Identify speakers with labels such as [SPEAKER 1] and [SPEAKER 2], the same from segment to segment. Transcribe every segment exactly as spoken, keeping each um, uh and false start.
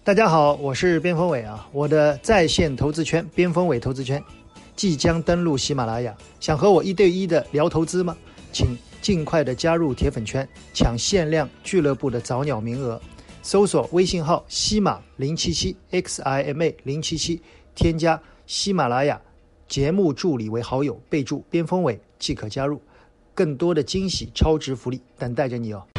[SPEAKER 1] 大家好，我是边锋伟啊，我的在线投资圈边锋伟投资圈即将登陆喜马拉雅，想和我一对一的聊投资吗？请尽快的加入铁粉圈，抢限量俱乐部的早鸟名额。搜索微信号西马零七七 X I M A 零七七，添加喜马拉雅节目助理为好友，备注边锋伟即可加入。更多的惊喜超值福利等待着你哦。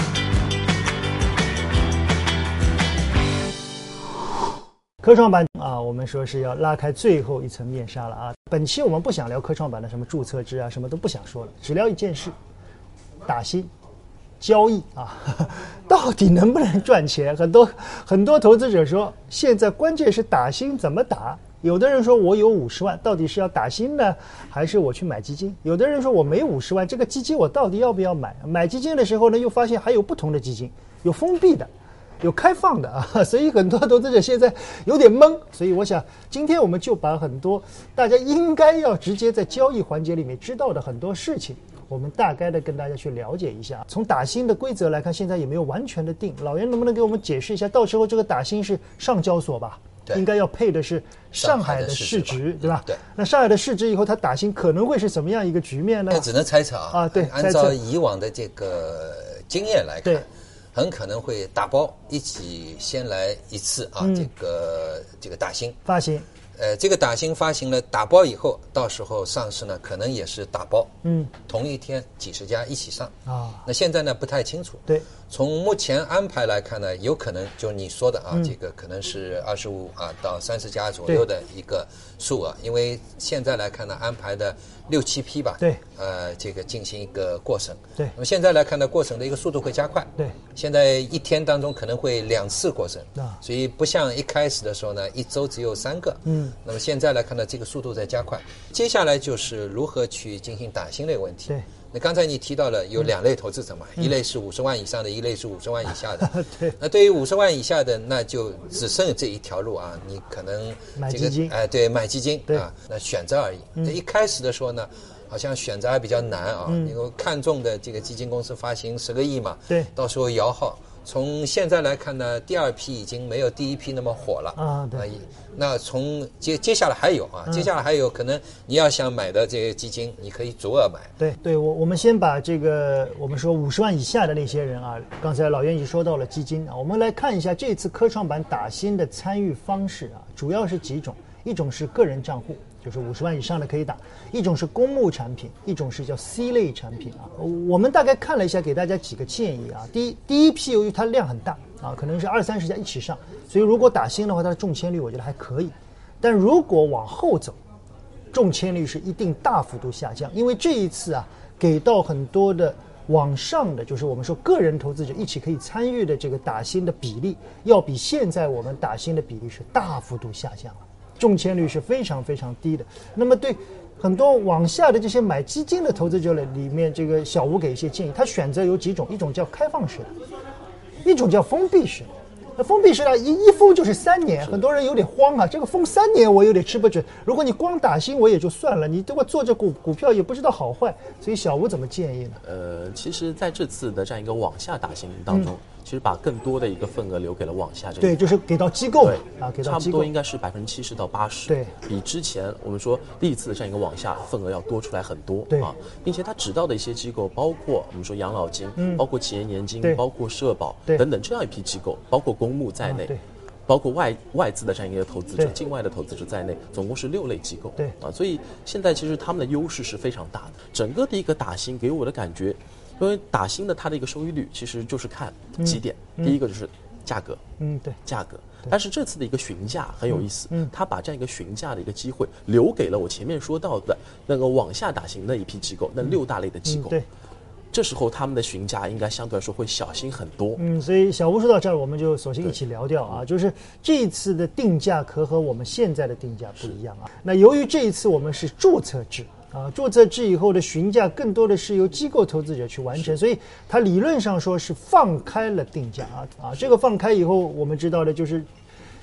[SPEAKER 1] 科创板啊，我们说是要拉开最后一层面纱了啊。本期我们不想聊科创板的什么注册制啊，什么都不想说了，只聊一件事：打新交易啊，到底能不能赚钱？很多很多投资者说，现在关键是打新怎么打。有的人说我有五十万，到底是要打新呢，还是我去买基金？有的人说我没五十万，这个基金我到底要不要买？买基金的时候呢，又发现还有不同的基金，有封闭的，有开放的啊，所以很多投资者现在有点懵。所以我想，今天我们就把很多大家应该要直接在交易环节里面知道的很多事情，我们大概的跟大家去了解一下。从打新的规则来看，现在也没有完全的定。老袁能不能给我们解释一下？到时候这个打新是上交所吧？应该要配的是上海的市值，对吧？
[SPEAKER 2] 对。
[SPEAKER 1] 那上海的市值以后，它打新可能会是什么样一个局面呢？
[SPEAKER 2] 只能猜测啊。
[SPEAKER 1] 啊，对。
[SPEAKER 2] 按照以往的这个经验来看，很可能会打包一起先来一次啊，嗯、这个这个打新
[SPEAKER 1] 发行。
[SPEAKER 2] 呃，这个打新发行了打包以后，到时候上市呢，可能也是打包，嗯，同一天几十家一起上啊。那现在呢不太清楚。
[SPEAKER 1] 对。
[SPEAKER 2] 从目前安排来看呢，有可能就你说的啊，嗯、这个可能是二十五啊到三十家左右的一个数额，因为现在来看呢，安排的六七批吧，
[SPEAKER 1] 对，
[SPEAKER 2] 呃，这个进行一个过审，
[SPEAKER 1] 对。
[SPEAKER 2] 那么现在来看呢，过审的一个速度会加快，
[SPEAKER 1] 对。
[SPEAKER 2] 现在一天当中可能会两次过审，啊，所以不像一开始的时候呢，一周只有三个，嗯。那么现在来看呢，这个速度在加快。接下来就是如何去进行打新的问题。
[SPEAKER 1] 对。
[SPEAKER 2] 那刚才你提到了有两类投资者嘛，嗯、一类是五十万以上的，一类是五十万以下的。
[SPEAKER 1] 对。
[SPEAKER 2] 那对于五十万以下的，那就只剩这一条路啊，你可能
[SPEAKER 1] 买基金，
[SPEAKER 2] 哎、呃，对，买基金啊，那选择而已。那、嗯、一开始的时候呢，好像选择还比较难啊，嗯、因为看中的这个基金公司发行十个亿嘛，
[SPEAKER 1] 对，
[SPEAKER 2] 到时候摇号。从现在来看呢，第二批已经没有第一批那么火了
[SPEAKER 1] 啊。对。
[SPEAKER 2] 那从接接下来还有啊，嗯、接下来还有可能你要想买的这些基金，你可以逐额买。
[SPEAKER 1] 对对，我我们先把这个我们说五十万以下的那些人啊，刚才老袁已经说到了基金啊，我们来看一下这次科创板打新的参与方式啊，主要是几种，一种是个人账户。就是五十万以上的可以打，一种是公募产品，一种是叫 C 类产品啊。我们大概看了一下，给大家几个建议啊。第一，第一批由于它量很大啊，可能是二三十家一起上，所以如果打新的话，它的中签率我觉得还可以。但如果往后走，中签率是一定大幅度下降，因为这一次啊，给到很多的往上的，就是我们说个人投资者一起可以参与的这个打新的比例，要比现在我们打新的比例是大幅度下降了。中签率是非常非常低的。那么对很多往下的这些买基金的投资者里面，这个小吴给一些建议，他选择有几种，一种叫开放式的，一种叫封闭式的。那封闭式的一一封就是三年，很多人有点慌啊，这个封三年我有点吃不准。如果你光打新我也就算了，你对我做这股股票也不知道好坏，所以小吴怎么建议呢？
[SPEAKER 3] 呃，其实在这次的这样一个往下打新当中。嗯，其实把更多的一个份额留给了往下这个，
[SPEAKER 1] 对，就是给到机构啊，给到
[SPEAKER 3] 机构，差不多应该是百分之七十到八十，
[SPEAKER 1] 对，
[SPEAKER 3] 比之前我们说历次的这样一个往下份额要多出来很多，
[SPEAKER 1] 对
[SPEAKER 3] 啊，并且他指到的一些机构，包括我们说养老金，嗯，包括企业年金，包括社保等等这样一批机构，包括公募在内，啊、对。包括外外资的这样一个投资者、境外的投资者在内，总共是六类机构。
[SPEAKER 1] 对
[SPEAKER 3] 啊，所以现在其实他们的优势是非常大的。整个的一个打新给我的感觉，因为打新的它的一个收益率其实就是看几点，嗯、第一个就是价格，
[SPEAKER 1] 嗯，对，
[SPEAKER 3] 价格。但是这次的一个询价很有意思，嗯，他把这样一个询价的一个机会留给了我前面说到的那个往下打新那一批机构，那六大类的机构。
[SPEAKER 1] 嗯、对。
[SPEAKER 3] 这时候他们的询价应该相对来说会小心很多。
[SPEAKER 1] 嗯，所以小吴说到这儿，我们就索性一起聊掉啊，就是这一次的定价可和我们现在的定价不一样啊。那由于这一次我们是注册制啊，注册制以后的询价更多的是由机构投资者去完成，所以它理论上说是放开了定价啊啊，这个放开以后，我们知道的就是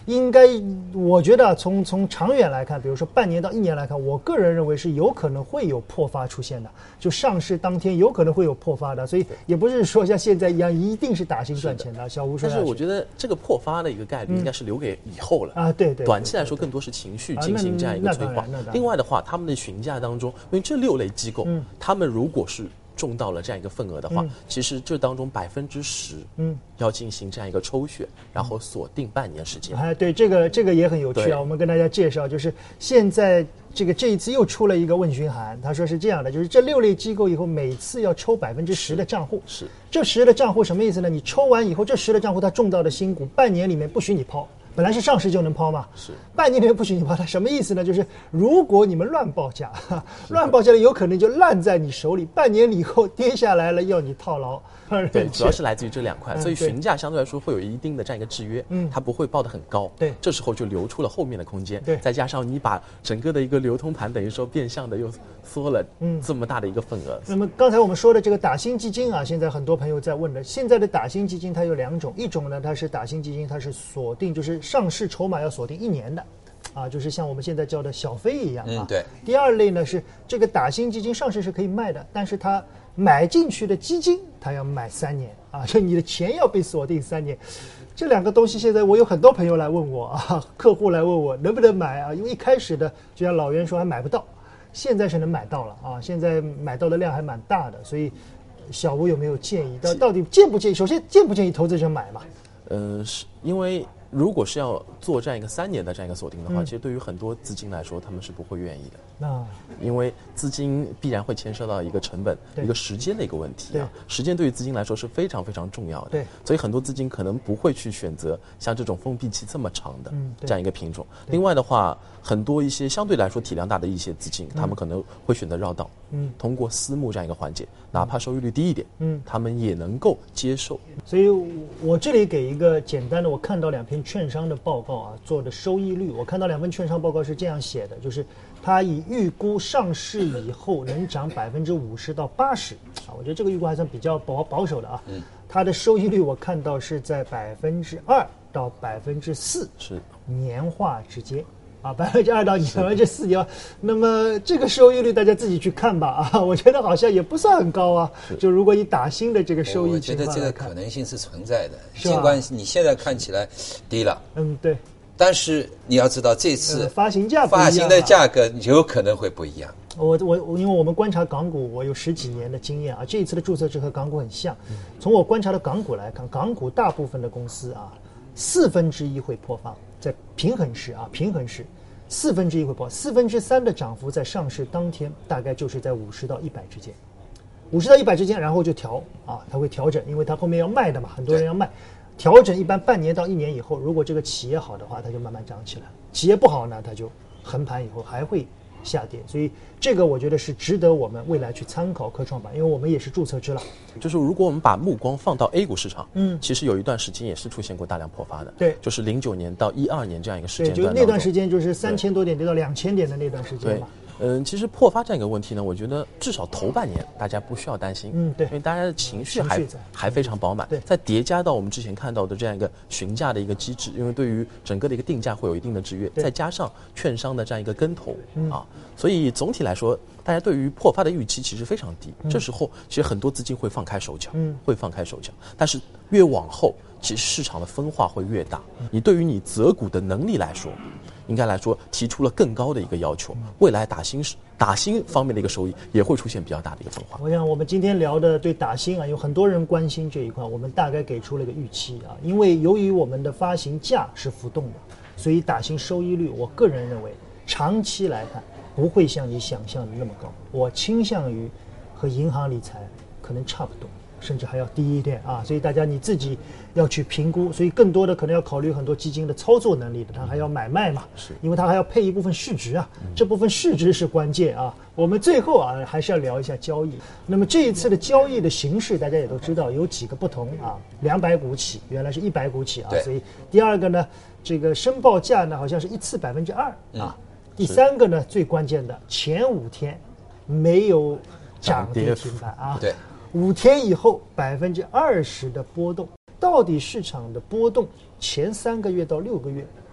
[SPEAKER 1] 应该，我觉得从从长远来看，比如说半年到一年来看，我个人认为是有可能会有破发出现的，就上市当天有可能会有破发的，所以也不是说像现在一样一定是打新赚钱的。小吴说，
[SPEAKER 3] 但是我觉得这个破发的一个概率应该是留给以后了、
[SPEAKER 1] 嗯、啊，对 对, 对，
[SPEAKER 3] 短期来说更多是情绪进行这样一个催化。另外的话，他们的询价当中，因为这六类机构，嗯、他们如果是中到了这样一个份额的话，嗯、其实这当中百分之十，嗯，要进行这样一个抽选，然后锁定半年时间。
[SPEAKER 1] 哎，对，这个这个也很有趣啊。我们跟大家介绍，就是现在这个这一次又出了一个问询函，他说是这样的，就是这六类机构以后每次要抽百分之十的账户，
[SPEAKER 3] 是
[SPEAKER 1] 这十的账户什么意思呢？你抽完以后，这十的账户它中到的新股，半年里面不许你抛。本来是上市就能抛嘛，
[SPEAKER 3] 是
[SPEAKER 1] 半年里面不许你抛，它什么意思呢？就是如果你们乱报价，乱报价了，有可能就烂在你手里，半年以后跌下来了，要你套牢。
[SPEAKER 3] 对，主要是来自于这两块，嗯、所以询价相对来说会有一定的这样一个制约，嗯，它不会报得很高，
[SPEAKER 1] 对，
[SPEAKER 3] 这时候就留出了后面的空间，
[SPEAKER 1] 对，
[SPEAKER 3] 再加上你把整个的一个流通盘等于说变相的又缩了，嗯，这么大的一个份额。
[SPEAKER 1] 那么刚才我们说的这个打新基金啊，现在很多朋友在问的，现在的打新基金它有两种，一种呢它是打新基金，它是锁定就是上市筹码要锁定一年的。啊，就是像我们现在叫的小飞一样啊。
[SPEAKER 2] 嗯，对。
[SPEAKER 1] 第二类呢是这个打新基金上市是可以卖的，但是它买进去的基金它要买三年啊，就你的钱要被锁定三年。这两个东西现在我有很多朋友来问我啊，客户来问我能不能买啊，因为一开始的就像老袁说还买不到，现在是能买到了啊，现在买到的量还蛮大的，所以小吴有没有建议？到到底建不建议？首先建不建议投资者买嘛？
[SPEAKER 3] 呃，是因为。如果是要做这样一个三年的这样一个锁定的话，嗯、其实对于很多资金来说，他们是不会愿意的。啊，因为资金必然会牵涉到一个成本、一个时间的一个问题啊。时间对于资金来说是非常非常重要的。
[SPEAKER 1] 对，
[SPEAKER 3] 所以很多资金可能不会去选择像这种封闭期这么长的这样一个品种。嗯、另外的话，很多一些相对来说体量大的一些资金，嗯、他们可能会选择绕道，嗯，通过私募这样一个环节，哪怕收益率低一点，嗯，他们也能够接受。
[SPEAKER 1] 所以我这里给一个简单的，我看到两篇券商的报告啊，做的收益率，我看到两份券商报告是这样写的，就是它以预估上市以后能涨百分之五十到八十啊，我觉得这个预估还算比较保保守的啊。嗯，它的收益率我看到是在百分之二到百分之四，
[SPEAKER 3] 是
[SPEAKER 1] 年化之间。啊，百分之二到百分之四年，那么这个收益率大家自己去看吧啊，我觉得好像也不算很高啊。就如果你打新的这个收益，
[SPEAKER 2] 我觉得这个可能性是存在的，尽管你现在看起来低了，
[SPEAKER 1] 嗯，对，
[SPEAKER 2] 但是你要知道这次、
[SPEAKER 1] 呃、发行价
[SPEAKER 2] 发行的价格有可能会不一样。
[SPEAKER 1] 我我因为我们观察港股，我有十几年的经验啊，这一次的注册制和港股很像。从我观察的港股来看，港股大部分的公司啊，四分之一会破发。在平衡时啊，平衡时，四分之一会破，四分之三的涨幅在上市当天大概就是在五十到一百之间，五十到一百之间，然后就调啊，它会调整，因为它后面要卖的嘛，很多人要卖，调整一般半年到一年以后，如果这个企业好的话，它就慢慢涨起来；企业不好呢，它就横盘以后还会下跌，所以这个我觉得是值得我们未来去参考科创板，因为我们也是注册制了。
[SPEAKER 3] 就是如果我们把目光放到 A 股市场，嗯，其实有一段时间也是出现过大量破发的，
[SPEAKER 1] 对，
[SPEAKER 3] 就是零九年到一二年这样一个时间段，
[SPEAKER 1] 对，就那段时间就是三千多点跌到两千点的那段时间嘛。
[SPEAKER 3] 嗯，其实破发这样一个问题呢，我觉得至少头半年大家不需要担心，
[SPEAKER 1] 嗯，对，
[SPEAKER 3] 因为大家的情绪还
[SPEAKER 1] 绪
[SPEAKER 3] 还非常饱满，
[SPEAKER 1] 对，
[SPEAKER 3] 再叠加到我们之前看到的这样一个询价的一个机制，因为对于整个的一个定价会有一定的制约，再加上券商的这样一个跟投、嗯、啊，所以总体来说，大家对于破发的预期其实非常低。嗯、这时候其实很多资金会放开手脚，嗯，会放开手脚，但是越往后，其实市场的分化会越大。嗯、你对于你择股的能力来说，应该来说提出了更高的一个要求，未来打新打新方面的一个收益也会出现比较大的一个分化。
[SPEAKER 1] 我想我们今天聊的对打新啊，有很多人关心这一块，我们大概给出了一个预期啊，因为由于我们的发行价是浮动的，所以打新收益率，我个人认为长期来看不会像你想象的那么高，我倾向于和银行理财可能差不多，甚至还要低一点啊，所以大家你自己要去评估，所以更多的可能要考虑很多基金的操作能力的，它还要买卖嘛，
[SPEAKER 3] 是
[SPEAKER 1] 因为它还要配一部分市值啊，这部分市值是关键啊。我们最后啊还是要聊一下交易。那么这一次的交易的形式大家也都知道有几个不同啊，两百股起，原来是一百股起啊，所以第二个呢，这个申报价呢好像是一次百分之二啊。第三个呢，最关键的前五天没有涨跌停板啊，
[SPEAKER 2] 对，
[SPEAKER 1] 五天以后百分之二十的波动，到底市场的波动前三个月到六个月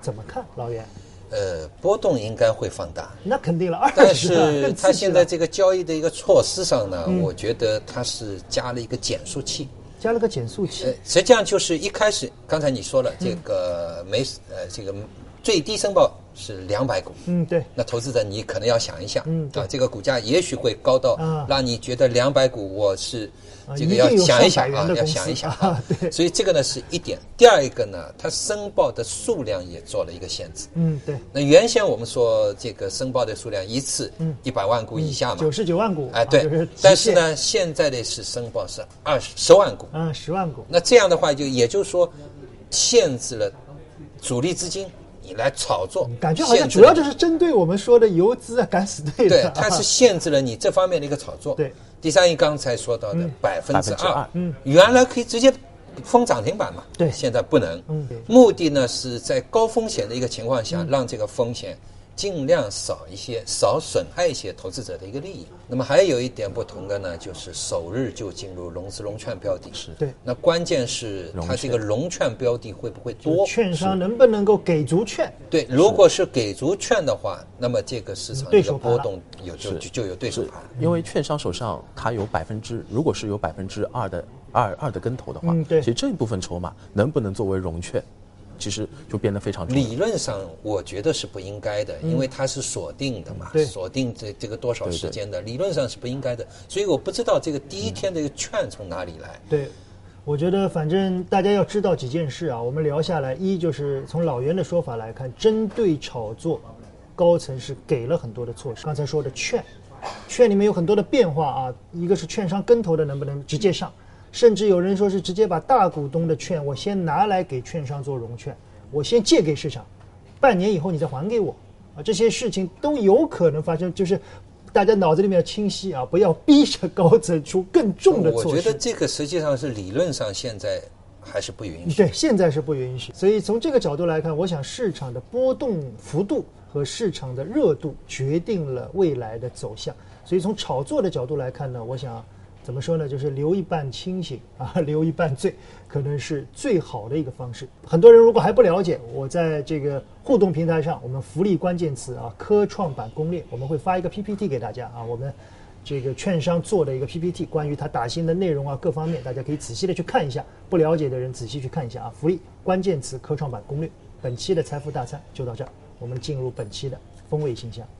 [SPEAKER 1] 怎么看，老袁？
[SPEAKER 2] 呃，波动应该会放大，
[SPEAKER 1] 那肯定了。
[SPEAKER 2] 但是它现在这个交易的一个措施上呢，嗯、我觉得它是加了一个减速器，
[SPEAKER 1] 加了个减速器。
[SPEAKER 2] 呃，实际上就是一开始，刚才你说了，这个没、嗯、呃这个最低申报是两百股，
[SPEAKER 1] 嗯，对。
[SPEAKER 2] 那投资者你可能要想一想，
[SPEAKER 1] 嗯，
[SPEAKER 2] 啊，这个股价也许会高到、嗯、让你觉得两百股我是。这个
[SPEAKER 1] 要
[SPEAKER 2] 想一想啊，要想一想啊，
[SPEAKER 1] 对，
[SPEAKER 2] 所以这个呢是一点。第二一个呢，它申报的数量也做了一个限制。
[SPEAKER 1] 嗯，对。
[SPEAKER 2] 那原先我们说这个申报的数量一次一百万股以下嘛，
[SPEAKER 1] 九十九万股，
[SPEAKER 2] 哎，对。
[SPEAKER 1] 啊就是、
[SPEAKER 2] 但是呢，现在的是申报是二十十万股，
[SPEAKER 1] 嗯，十万股。
[SPEAKER 2] 那这样的话，就也就是说，限制了主力资金你来炒作，
[SPEAKER 1] 感觉好像主要就是针对我们说的游资啊、敢死队的。
[SPEAKER 2] 对，它是限制了你这方面的一个炒作。
[SPEAKER 1] 对。
[SPEAKER 2] 第三一刚才说到的百分之二，
[SPEAKER 3] 嗯，
[SPEAKER 2] 原来可以直接封涨停板嘛，
[SPEAKER 1] 对，
[SPEAKER 2] 现在不能。
[SPEAKER 1] 嗯，
[SPEAKER 2] 目的呢是在高风险的一个情况下，嗯、让这个风险尽量少一些，少损害一些投资者的一个利益。那么还有一点不同的呢，就是首日就进入融资融券标的，
[SPEAKER 3] 是
[SPEAKER 1] 对。
[SPEAKER 2] 那关键是它这个融券标的会不会多？
[SPEAKER 1] 券商能不能够给足券？
[SPEAKER 2] 对，如果是给足券的话，那么这个市场的一个波动有就就就有对手盘。
[SPEAKER 3] 因为券商手上它有百分之，如果是有百分之二的二二的跟投的话，
[SPEAKER 1] 嗯，对。
[SPEAKER 3] 其实这一部分筹码能不能作为融券？其实就变得非常重要。
[SPEAKER 2] 理论上，我觉得是不应该的，因为它是锁定的嘛，
[SPEAKER 1] 嗯、
[SPEAKER 2] 锁定这这个多少时间的，理论上是不应该的。所以我不知道这个第一天的一个券从哪里来。
[SPEAKER 1] 对，我觉得反正大家要知道几件事啊。我们聊下来，一就是从老袁的说法来看，针对炒作，高层是给了很多的措施。刚才说的券，券里面有很多的变化啊，一个是券商跟投的能不能直接上。甚至有人说是直接把大股东的券，我先拿来给券商做融券，我先借给市场，半年以后你再还给我，啊，这些事情都有可能发生，就是大家脑子里面要清晰啊，不要逼着高层出更重的措施。
[SPEAKER 2] 我觉得这个实际上是理论上现在还是不允许。
[SPEAKER 1] 对，现在是不允许。所以从这个角度来看，我想市场的波动幅度和市场的热度决定了未来的走向。所以从炒作的角度来看呢，我想。怎么说呢？就是留一半清醒啊，留一半醉，可能是最好的一个方式。很多人如果还不了解，我在这个互动平台上，我们福利关键词啊，科创板攻略，我们会发一个 P P T 给大家啊，我们这个券商做的一个 P P T， 关于它打新的内容啊，各方面大家可以仔细的去看一下。不了解的人仔细去看一下啊，福利关键词科创板攻略。本期的财富大餐就到这儿，我们进入本期的风味信箱。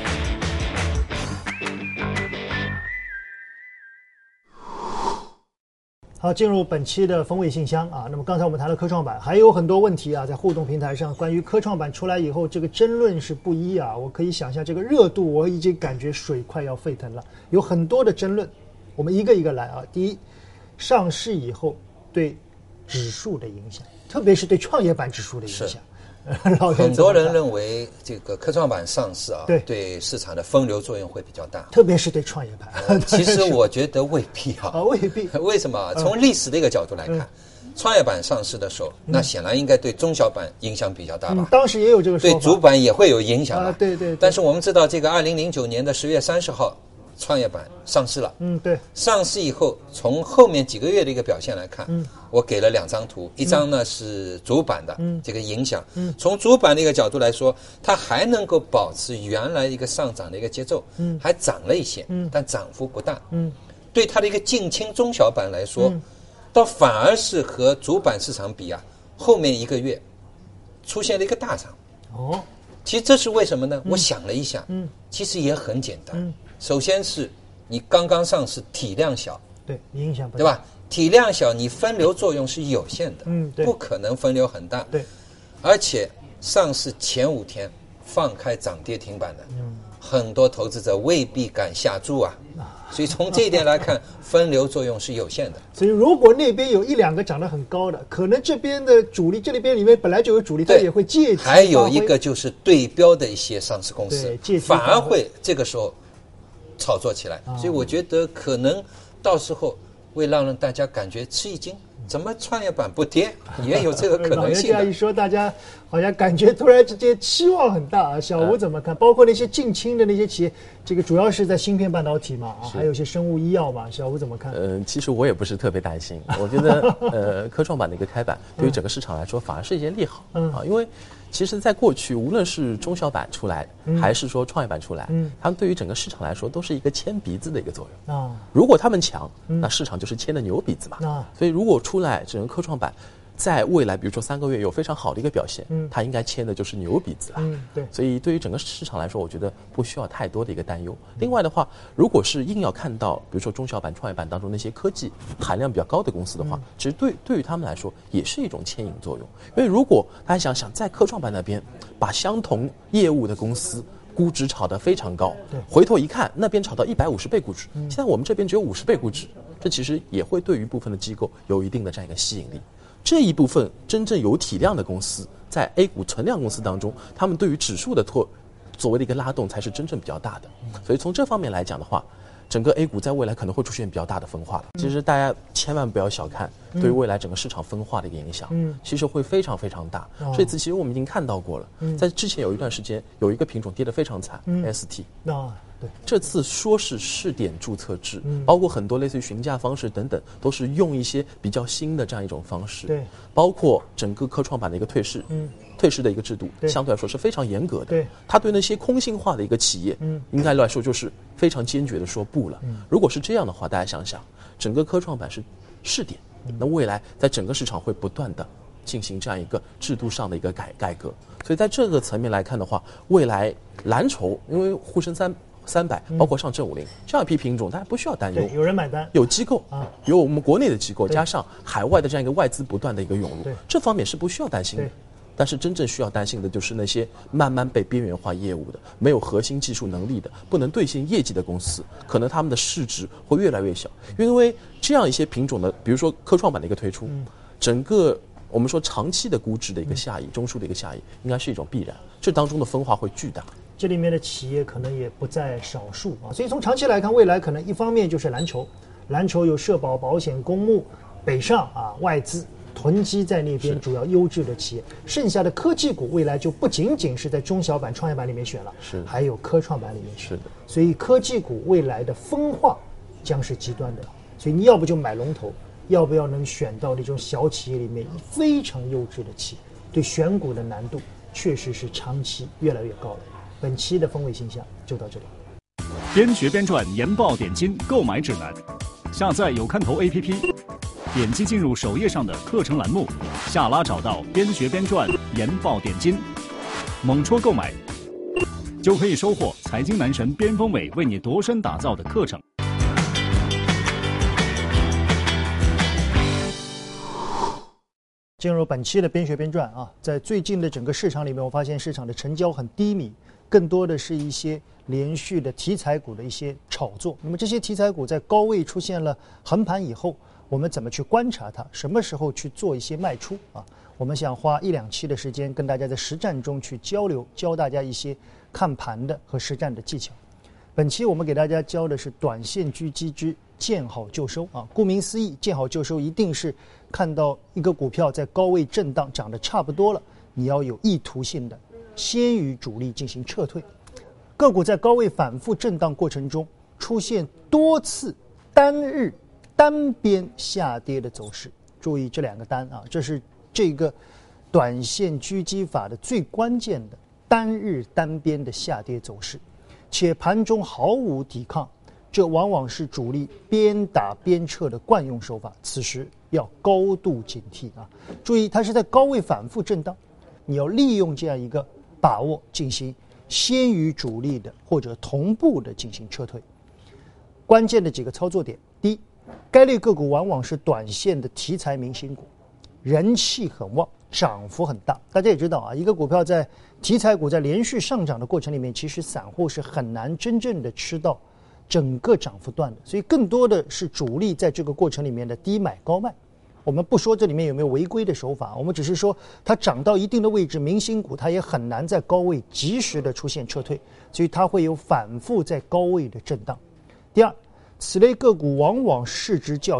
[SPEAKER 1] 好，进入本期的风味信箱啊。那么刚才我们谈了科创板，还有很多问题啊，在互动平台上关于科创板出来以后，这个争论是不一啊。我可以想象这个热度，我已经感觉水快要沸腾了，有很多的争论。我们一个一个来啊。第一，上市以后对指数的影响，特别是对创业板指数的影响。
[SPEAKER 2] 很多人认为这个科创板上市啊，
[SPEAKER 1] 对
[SPEAKER 2] 对市场的分流作用会比较大，
[SPEAKER 1] 特别是对创业板。
[SPEAKER 2] 呃、其实我觉得未必啊，
[SPEAKER 1] 啊未必。
[SPEAKER 2] 为什么？从历史的一个角度来看，嗯、创业板上市的时候，嗯、那显然应该对中小板影响比较大吧？
[SPEAKER 1] 嗯、当时也有这个说法，
[SPEAKER 2] 对主板也会有影响
[SPEAKER 1] 啊。对 对, 对。
[SPEAKER 2] 但是我们知道，这个二零零九年的十月三十号。创业板上市了，
[SPEAKER 1] 嗯，对。
[SPEAKER 2] 上市以后，从后面几个月的一个表现来看，
[SPEAKER 1] 嗯，
[SPEAKER 2] 我给了两张图，一张呢是主板的，嗯，这个影响，
[SPEAKER 1] 嗯，
[SPEAKER 2] 从主板的一个角度来说，它还能够保持原来一个上涨的一个节奏，
[SPEAKER 1] 嗯，
[SPEAKER 2] 还涨了一些，
[SPEAKER 1] 嗯，
[SPEAKER 2] 但涨幅不大，
[SPEAKER 1] 嗯，
[SPEAKER 2] 对它的一个近亲中小板来说，嗯，倒反而是和主板市场比啊，后面一个月出现了一个大涨，
[SPEAKER 1] 哦，
[SPEAKER 2] 其实这是为什么呢？嗯、我想了一下，
[SPEAKER 1] 嗯，
[SPEAKER 2] 其实也很简单，
[SPEAKER 1] 嗯，
[SPEAKER 2] 首先是。你刚刚上市，体量小，
[SPEAKER 1] 对，影响不大，
[SPEAKER 2] 对吧？体量小，你分流作用是有限的，
[SPEAKER 1] 嗯，对，
[SPEAKER 2] 不可能分流很大，
[SPEAKER 1] 对。
[SPEAKER 2] 而且上市前五天放开涨跌停板的，
[SPEAKER 1] 嗯，
[SPEAKER 2] 很多投资者未必敢下注啊，所以从这一点来看，分流作用是有限的。
[SPEAKER 1] 所以如果那边有一两个涨得很高的，可能这边的主力，这里边里面本来就有主力，它也会借机。
[SPEAKER 2] 还有一个就是对标的一些上市公司，反而会这个时候。炒作起来，所以我觉得可能到时候会让大家感觉吃一惊， 怎么创业板不跌？也有这个可能性的。
[SPEAKER 1] 老爷这样一说，大家好像感觉突然之间期望很大啊。小吴怎么看？包括那些近亲的那些企业，这个主要是在芯片半导体嘛，啊，还有一些生物医药嘛。小吴怎么看？
[SPEAKER 3] 呃，其实我也不是特别担心，我觉得呃，科创板的一个开板对于整个市场来说反而是一件利好，嗯啊，因为其实在过去无论是中小板出来，嗯、还是说创业板出来，嗯，他们对于整个市场来说都是一个牵鼻子的一个作用啊。如果他们强，那市场就是牵的牛鼻子嘛。啊，所以如果出来整个科创板在未来比如说三个月有非常好的一个表现，嗯，它应该牵的就是牛鼻子了。嗯，对。所以对于整个市场来说，我觉得不需要太多的一个担忧。另外的话，如果是硬要看到比如说中小板、创业板当中那些科技含量比较高的公司的话，嗯、其实对对于他们来说也是一种牵引作用。因为如果大家想想，在科创板那边把相同业务的公司估值炒得非常高，回头一看那边炒到一百五十倍估值，嗯、现在我们这边只有五十倍估值，这其实也会对于部分的机构有一定的这样一个吸引力。这一部分真正有体量的公司，在 A 股存量公司当中，他们对于指数的拓所谓的一个拉动才是真正比较大的。所以从这方面来讲的话，整个 A 股在未来可能会出现比较大的分化了。其实大家千万不要小看对于未来整个市场分化的一个影响，嗯，其实会非常非常大。哦、这次其实我们已经看到过了，嗯、在之前有一段时间有一个品种跌得非常惨，嗯、S T。哦对，这次说是试点注册制，嗯、包括很多类似于询价方式等等，都是用一些比较新的这样一种方式。对，包括整个科创板的一个退市，嗯，退市的一个制度，相对来说是非常严格的。对，它对那些空心化的一个企业，嗯，应该来说就是非常坚决的说不了。嗯，如果是这样的话，大家想想，整个科创板是试点，嗯、那未来在整个市场会不断的进行这样一个制度上的一个改改革。所以在这个层面来看的话，未来蓝筹，因为沪深三。三百，包括上证五零、嗯、这样一批品种，大家不需要担忧。
[SPEAKER 1] 有人买单，
[SPEAKER 3] 有机构啊，有我们国内的机构，加上海外的这样一个外资不断的一个涌入，这方面是不需要担心的。但是真正需要担心的就是那些慢慢被边缘化业务的、没有核心技术能力的、不能兑现业绩的公司，可能他们的市值会越来越小。因为这样一些品种的，比如说科创板的一个推出，嗯、整个我们说长期的估值的一个下移、嗯、中枢的一个下移，应该是一种必然。这当中的分化会巨大。
[SPEAKER 1] 这里面的企业可能也不在少数啊，所以从长期来看，未来可能一方面就是蓝筹，蓝筹有社保、保险、公募、北上啊，外资囤积在那边主要优质的企业，剩下的科技股未来就不仅仅是在中小板、创业板里面选了，是还有科创板里面选。是的，所以科技股未来的分化将是极端的，所以你要不就买龙头，要不要能选到那种小企业里面非常优质的企业，对选股的难度确实是长期越来越高了。本期的风味形象就到这里。
[SPEAKER 4] 边学边赚研报点金购买指南，下载有看头 A P P， 点击进入首页上的课程栏目，下拉找到边学边赚研报点金，猛戳购买，就可以收获财经男神边锋伟为你度身打造的课程。
[SPEAKER 1] 进入本期的边学边赚啊，在最近的整个市场里面，我发现市场的成交很低迷，更多的是一些连续的题材股的一些炒作。那么这些题材股在高位出现了横盘以后，我们怎么去观察它？什么时候去做一些卖出啊？我们想花一两期的时间跟大家在实战中去交流，教大家一些看盘的和实战的技巧。本期我们给大家教的是短线狙击之见好就收啊，顾名思义，见好就收一定是看到一个股票在高位震荡涨得差不多了，你要有意图性的先于主力进行撤退。个股在高位反复震荡过程中出现多次单日单边下跌的走势，注意这两个单啊，这是这个短线狙击法的最关键的单日单边的下跌走势，且盘中毫无抵抗，这往往是主力边打边撤的惯用手法，此时要高度警惕啊！注意，它是在高位反复震荡，你要利用这样一个把握进行先于主力的或者同步的进行撤退。关键的几个操作点：第一，该类个股往往是短线的题材明星股，人气很旺，涨幅很大。大家也知道啊，一个股票在题材股在连续上涨的过程里面，其实散户是很难真正的吃到整个涨幅段的，所以更多的是主力在这个过程里面的低买高卖。我们不说这里面有没有违规的手法，我们只是说它涨到一定的位置，明星股它也很难在高位及时的出现撤退，所以它会有反复在高位的震荡。第二，此类个股往往市值较小，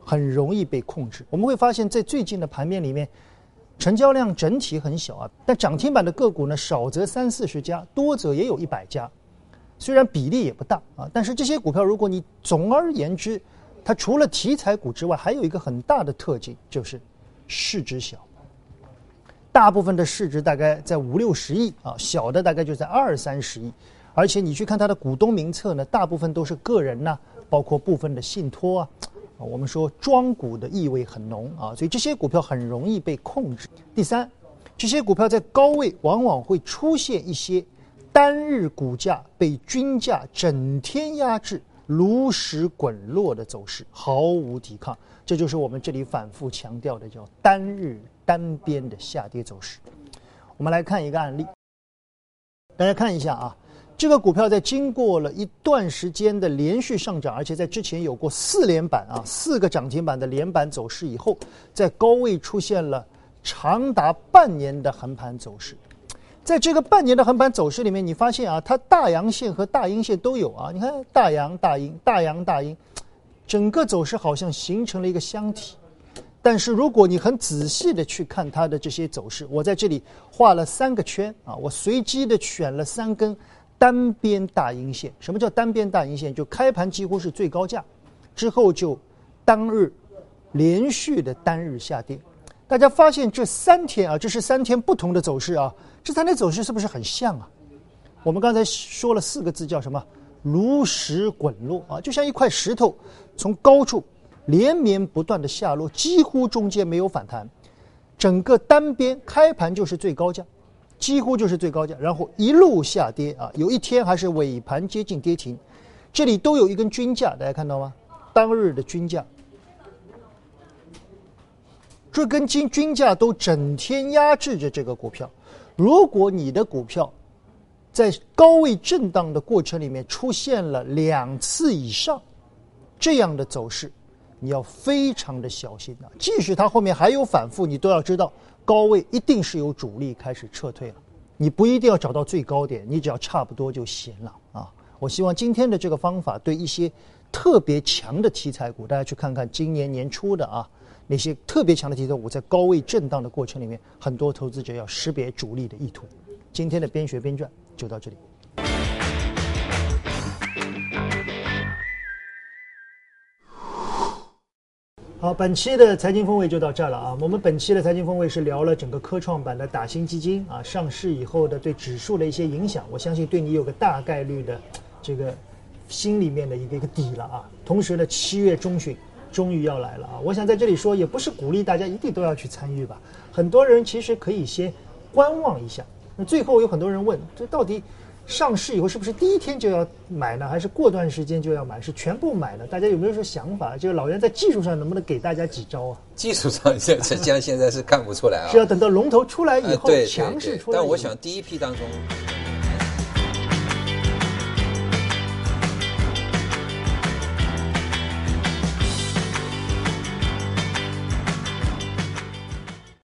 [SPEAKER 1] 很容易被控制。我们会发现，在最近的盘面里面，成交量整体很小啊，但涨停板的个股呢，少则三四十家，多则也有一百家。虽然比例也不大啊，但是这些股票，如果你总而言之，它除了题材股之外，还有一个很大的特性，就是市值小。大部分的市值大概在五六十亿啊，小的大概就在二三十亿。而且你去看它的股东名册呢，大部分都是个人呐、啊，包括部分的信托啊。我们说庄股的意味很浓啊，所以这些股票很容易被控制。第三，这些股票在高位往往会出现一些单日股价被均价整天压制、如实滚落的走势，毫无抵抗。这就是我们这里反复强调的叫单日单边的下跌走势。我们来看一个案例，大家看一下啊。这个股票在经过了一段时间的连续上涨，而且在之前有过四连板啊，四个涨停板的连板走势以后，在高位出现了长达半年的横盘走势。在这个半年的横盘走势里面，你发现啊，它大阳线和大阴线都有啊。你看大阳大阴，大阳大阴，整个走势好像形成了一个箱体。但是如果你很仔细的去看它的这些走势，我在这里画了三个圈啊，我随机的选了三根单边大阴线。什么叫单边大阴线？就开盘几乎是最高价，之后就当日连续的单日下跌。大家发现这三天啊，这是三天不同的走势啊，这三天走势是不是很像啊？我们刚才说了四个字叫什么？如实滚落啊，就像一块石头从高处连绵不断的下落，几乎中间没有反弹，整个单边开盘就是最高价。几乎就是最高价，然后一路下跌啊，有一天还是尾盘接近跌停，这里都有一根均价，大家看到吗？当日的均价，这根均均价都整天压制着这个股票。如果你的股票在高位震荡的过程里面出现了两次以上这样的走势，你要非常的小心啊！即使它后面还有反复，你都要知道高位一定是有主力开始撤退了。你不一定要找到最高点，你只要差不多就行了啊！我希望今天的这个方法对一些特别强的题材股，大家去看看今年年初的啊那些特别强的题材股，在高位震荡的过程里面，很多投资者要识别主力的意图。今天的边学边赚就到这里。好，本期的财经风味就到这儿了啊。我们本期的财经风味是聊了整个科创板的打新基金啊上市以后的对指数的一些影响，我相信对你有个大概率的这个心里面的一个一个底了啊。同时呢，七月中旬终于要来了啊。我想在这里说，也不是鼓励大家一定都要去参与吧，很多人其实可以先观望一下。那最后有很多人问，这到底上市以后是不是第一天就要买呢，还是过段时间就要买，是全部买呢？大家有没有说想法？这个老袁在技术上能不能给大家几招啊？
[SPEAKER 2] 技术上实际上现在是看不出来啊，
[SPEAKER 1] 是要等到龙头出来以后，
[SPEAKER 2] 呃、对对对
[SPEAKER 1] 强势出来以后。
[SPEAKER 2] 但我想第一批当中